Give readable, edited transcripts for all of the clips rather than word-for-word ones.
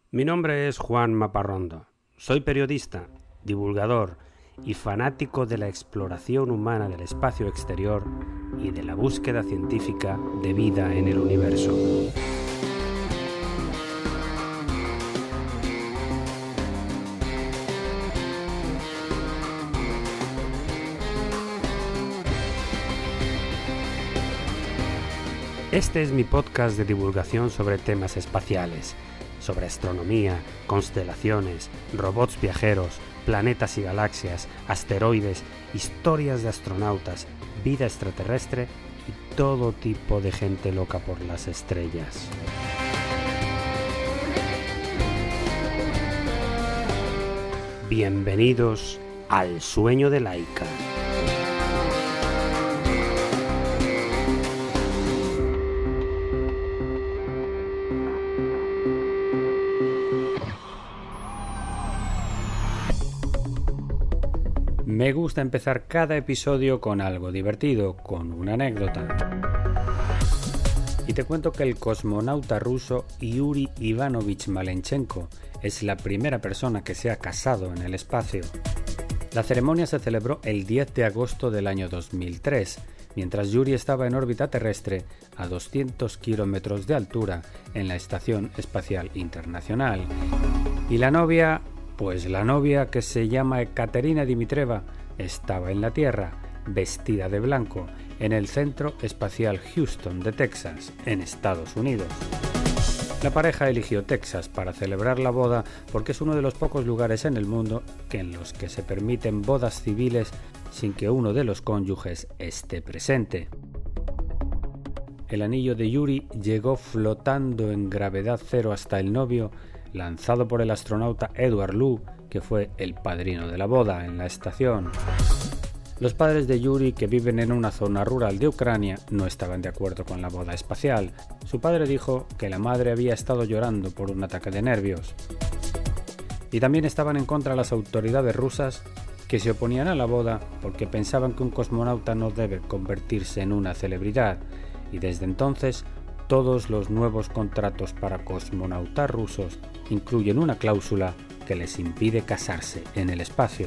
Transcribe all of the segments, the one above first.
Mi nombre es Juan Maparrondo. Soy periodista, divulgador y fanático de la exploración humana del espacio exterior y de la búsqueda científica de vida en el universo. Este es mi podcast de divulgación sobre temas espaciales, sobre astronomía, constelaciones, robots viajeros, planetas y galaxias, asteroides, historias de astronautas, vida extraterrestre y todo tipo de gente loca por las estrellas. Bienvenidos al sueño de Laika. Me gusta empezar cada episodio con algo divertido, con una anécdota. Y te cuento que el cosmonauta ruso Yuri Ivanovich Malenchenko es la primera persona que se ha casado en el espacio. La ceremonia se celebró el 10 de agosto del año 2003, mientras Yuri estaba en órbita terrestre a 200 kilómetros de altura en la Estación Espacial Internacional. Y la novia... Pues la novia, que se llama Ekaterina Dimitrieva, estaba en la Tierra, vestida de blanco, en el Centro Espacial Houston de Texas, en Estados Unidos. La pareja eligió Texas para celebrar la boda porque es uno de los pocos lugares en el mundo en los que se permiten bodas civiles sin que uno de los cónyuges esté presente. El anillo de Yuri llegó flotando en gravedad cero hasta el novio, lanzado por el astronauta Edward Lu, que fue el padrino de la boda en la estación. Los padres de Yuri, que viven en una zona rural de Ucrania, no estaban de acuerdo con la boda espacial. Su padre dijo que la madre había estado llorando por un ataque de nervios. Y también estaban en contra las autoridades rusas, que se oponían a la boda porque pensaban que un cosmonauta no debe convertirse en una celebridad, y desde entonces todos los nuevos contratos para cosmonautas rusos incluyen una cláusula que les impide casarse en el espacio.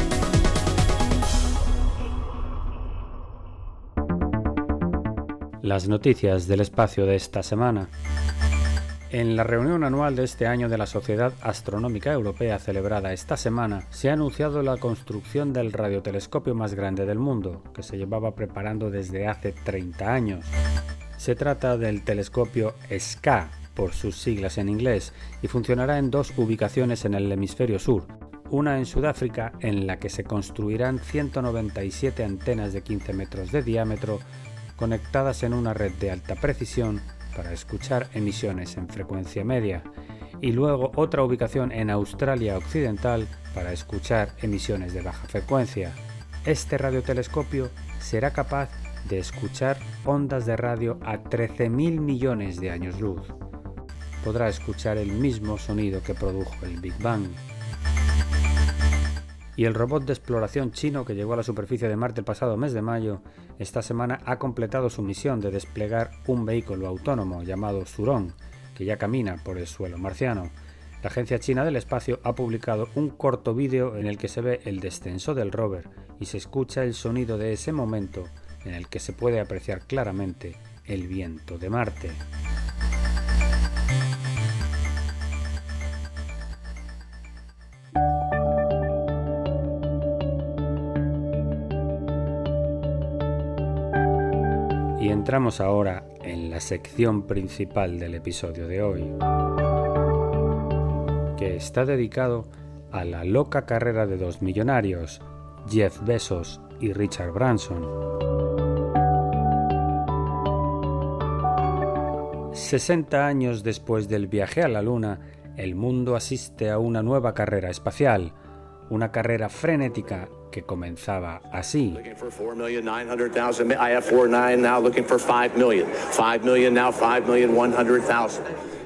Las noticias del espacio de esta semana. En la reunión anual de este año de la Sociedad Astronómica Europea celebrada esta semana, se ha anunciado la construcción del radiotelescopio más grande del mundo, que se llevaba preparando desde hace 30 años. Se trata del telescopio SCA, por sus siglas en inglés, y funcionará en dos ubicaciones en el hemisferio sur, una en Sudáfrica, en la que se construirán 197 antenas de 15 metros de diámetro, conectadas en una red de alta precisión para escuchar emisiones en frecuencia media, y luego otra ubicación en Australia Occidental para escuchar emisiones de baja frecuencia. Este radiotelescopio será capaz de escuchar ondas de radio a 13.000 millones de años luz. Podrá escuchar el mismo sonido que produjo el Big Bang. Y el robot de exploración chino que llegó a la superficie de Marte el pasado mes de mayo, esta semana ha completado su misión de desplegar un vehículo autónomo llamado Zhurong, que ya camina por el suelo marciano. La Agencia China del Espacio ha publicado un corto vídeo en el que se ve el descenso del rover y se escucha el sonido de ese momento en el que se puede apreciar claramente el viento de Marte. Y entramos ahora en la sección principal del episodio de hoy, que está dedicado a la loca carrera de dos millonarios, Jeff Bezos y Richard Branson. 60 años después del viaje a la Luna, el mundo asiste a una nueva carrera espacial, una carrera frenética que comenzaba así.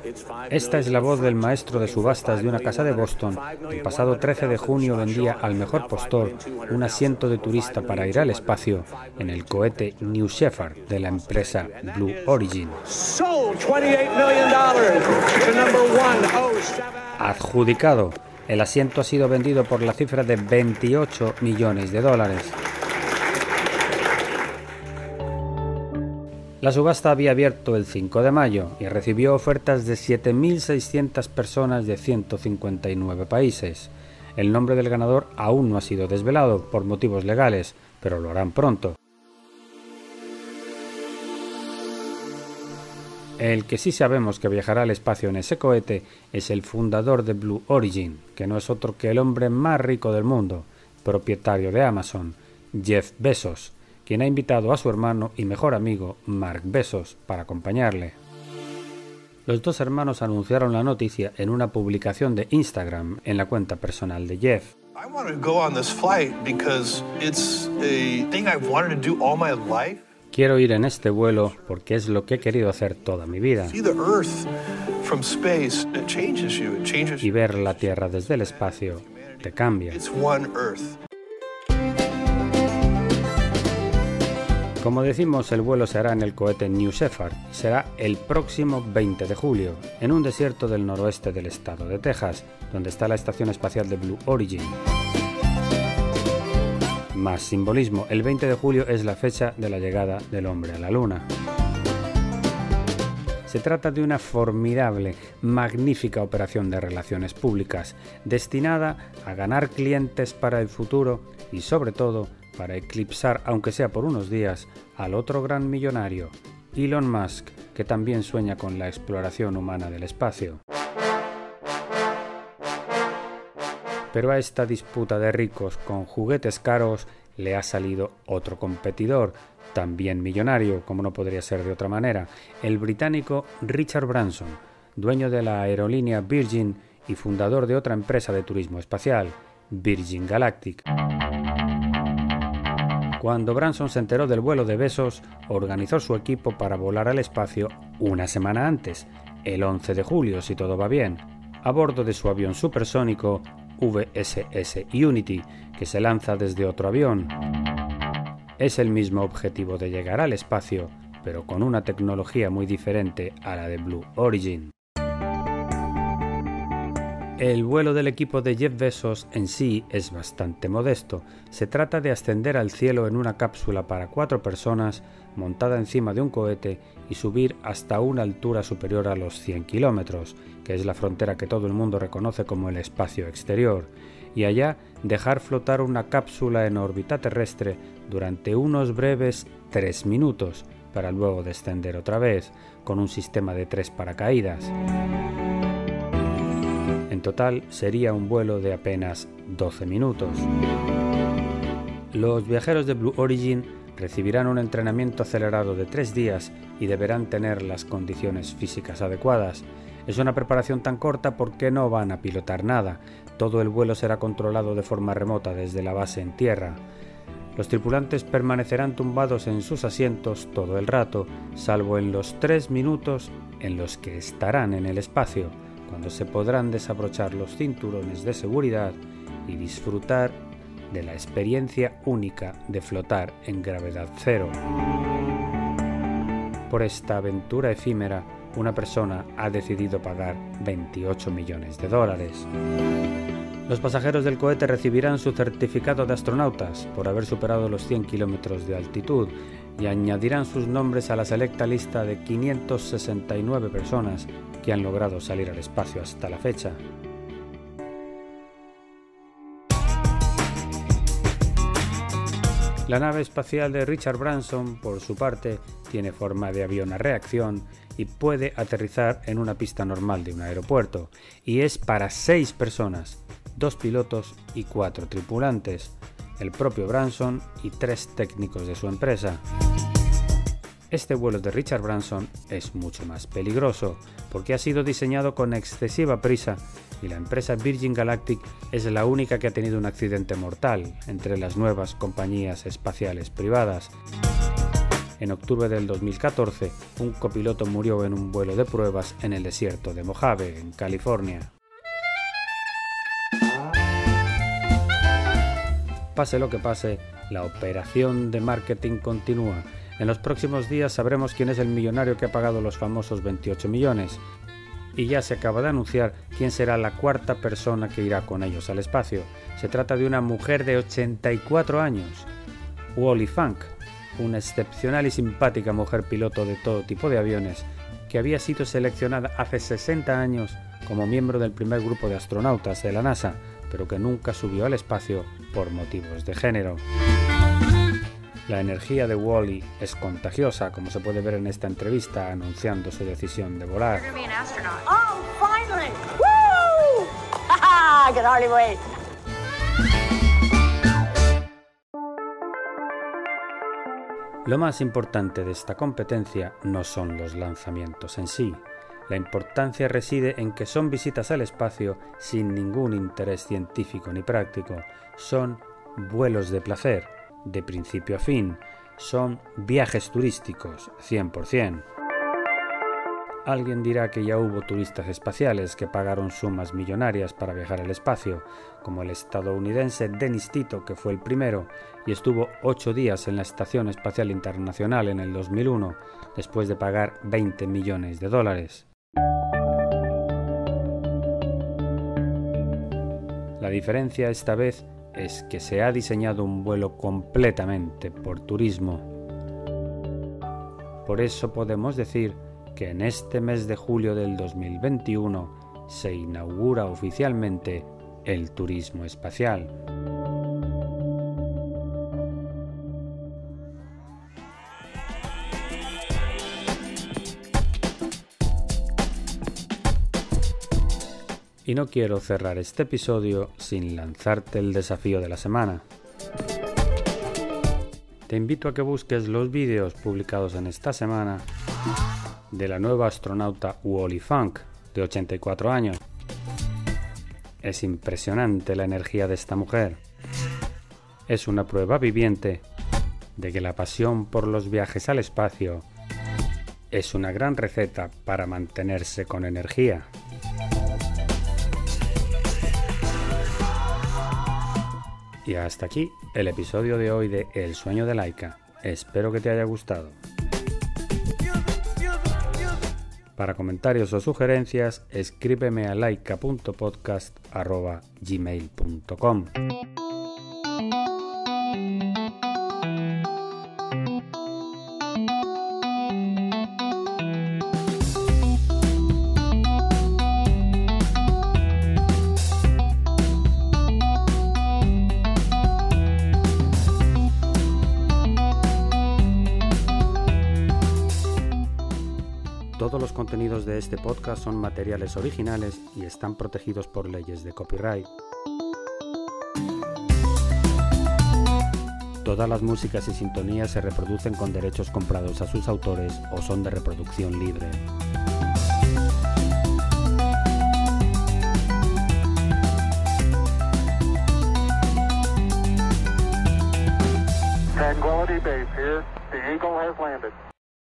Esta es la voz del maestro de subastas de una casa de Boston. El pasado 13 de junio vendía al mejor postor un asiento de turista para ir al espacio en el cohete New Shepard de la empresa Blue Origin. Adjudicado. El asiento ha sido vendido por la cifra de $28 millones. La subasta había abierto el 5 de mayo y recibió ofertas de 7.600 personas de 159 países. El nombre del ganador aún no ha sido desvelado por motivos legales, pero lo harán pronto. El que sí sabemos que viajará al espacio en ese cohete es el fundador de Blue Origin, que no es otro que el hombre más rico del mundo, propietario de Amazon, Jeff Bezos, quien ha invitado a su hermano y mejor amigo, Mark Bezos, para acompañarle. Los dos hermanos anunciaron la noticia en una publicación de Instagram en la cuenta personal de Jeff. Quiero ir en este vuelo porque es lo que he querido hacer toda mi vida. Y ver la Tierra desde el espacio te cambia. Como decimos, el vuelo se hará en el cohete New Shepard y será el próximo 20 de julio, en un desierto del noroeste del estado de Texas, donde está la estación espacial de Blue Origin. Más simbolismo, el 20 de julio es la fecha de la llegada del hombre a la Luna. Se trata de una formidable, magnífica operación de relaciones públicas, destinada a ganar clientes para el futuro y, sobre todo, para eclipsar, aunque sea por unos días, al otro gran millonario, Elon Musk, que también sueña con la exploración humana del espacio. Pero a esta disputa de ricos con juguetes caros le ha salido otro competidor, también millonario, como no podría ser de otra manera, el británico Richard Branson, dueño de la aerolínea Virgin y fundador de otra empresa de turismo espacial, Virgin Galactic. Cuando Branson se enteró del vuelo de Bezos, organizó su equipo para volar al espacio una semana antes, el 11 de julio si todo va bien, a bordo de su avión supersónico VSS Unity, que se lanza desde otro avión. Es el mismo objetivo de llegar al espacio, pero con una tecnología muy diferente a la de Blue Origin. El vuelo del equipo de Jeff Bezos en sí es bastante modesto. Se trata de ascender al cielo en una cápsula para 4 personas montada encima de un cohete y subir hasta una altura superior a los 100 kilómetros, que es la frontera que todo el mundo reconoce como el espacio exterior, y allá dejar flotar una cápsula en órbita terrestre durante unos breves 3 minutos, para luego descender otra vez, con un sistema de 3 paracaídas. En total sería un vuelo de apenas 12 minutos. Los viajeros de Blue Origin recibirán un entrenamiento acelerado de 3 días y deberán tener las condiciones físicas adecuadas. Es una preparación tan corta porque no van a pilotar nada. Todo el vuelo será controlado de forma remota desde la base en tierra. Los tripulantes permanecerán tumbados en sus asientos todo el rato, salvo en los 3 minutos en los que estarán en el espacio, cuando se podrán desabrochar los cinturones de seguridad y disfrutar de la experiencia única de flotar en gravedad cero. Por esta aventura efímera, una persona ha decidido pagar $28 millones. Los pasajeros del cohete recibirán su certificado de astronautas por haber superado los 100 kilómetros de altitud y añadirán sus nombres a la selecta lista de 569 personas que han logrado salir al espacio hasta la fecha. La nave espacial de Richard Branson, por su parte, tiene forma de avión a reacción y puede aterrizar en una pista normal de un aeropuerto, y es para 6 personas, 2 pilotos y 4 tripulantes, el propio Branson y 3 técnicos de su empresa. Este vuelo de Richard Branson es mucho más peligroso porque ha sido diseñado con excesiva prisa y la empresa Virgin Galactic es la única que ha tenido un accidente mortal entre las nuevas compañías espaciales privadas. En octubre del 2014, un copiloto murió en un vuelo de pruebas en el desierto de Mojave, en California. Pase lo que pase, la operación de marketing continúa. En los próximos días sabremos quién es el millonario que ha pagado los famosos 28 millones. Y ya se acaba de anunciar quién será la cuarta persona que irá con ellos al espacio. Se trata de una mujer de 84 años, Wally Funk, una excepcional y simpática mujer piloto de todo tipo de aviones, que había sido seleccionada hace 60 años como miembro del primer grupo de astronautas de la NASA, pero que nunca subió al espacio por motivos de género. La energía de Wally es contagiosa, como se puede ver en esta entrevista anunciando su decisión de volar. Oh, finally! Woo! I can hardly wait. Lo más importante de esta competencia no son los lanzamientos en sí. La importancia reside en que son visitas al espacio sin ningún interés científico ni práctico. Son vuelos de placer, de principio a fin. Son viajes turísticos, 100%. Alguien dirá que ya hubo turistas espaciales que pagaron sumas millonarias para viajar al espacio, como el estadounidense Dennis Tito, que fue el primero, y estuvo 8 días en la Estación Espacial Internacional en el 2001, después de pagar $20 millones. La diferencia esta vez es que se ha diseñado un vuelo completamente por turismo. Por eso podemos decir que en este mes de julio del 2021 se inaugura oficialmente el turismo espacial. Y no quiero cerrar este episodio sin lanzarte el desafío de la semana. Te invito a que busques los vídeos publicados en esta semana de la nueva astronauta Wally Funk, de 84 años. Es impresionante la energía de esta mujer. Es una prueba viviente de que la pasión por los viajes al espacio es una gran receta para mantenerse con energía. Y hasta aquí el episodio de hoy de El sueño de Laika. Espero que te haya gustado. Para comentarios o sugerencias, escríbeme a laika.podcast@gmail.com. Todos los contenidos de este podcast son materiales originales y están protegidos por leyes de copyright. Todas las músicas y sintonías se reproducen con derechos comprados a sus autores o son de reproducción libre. Tranquility Base here. The Eagle has landed.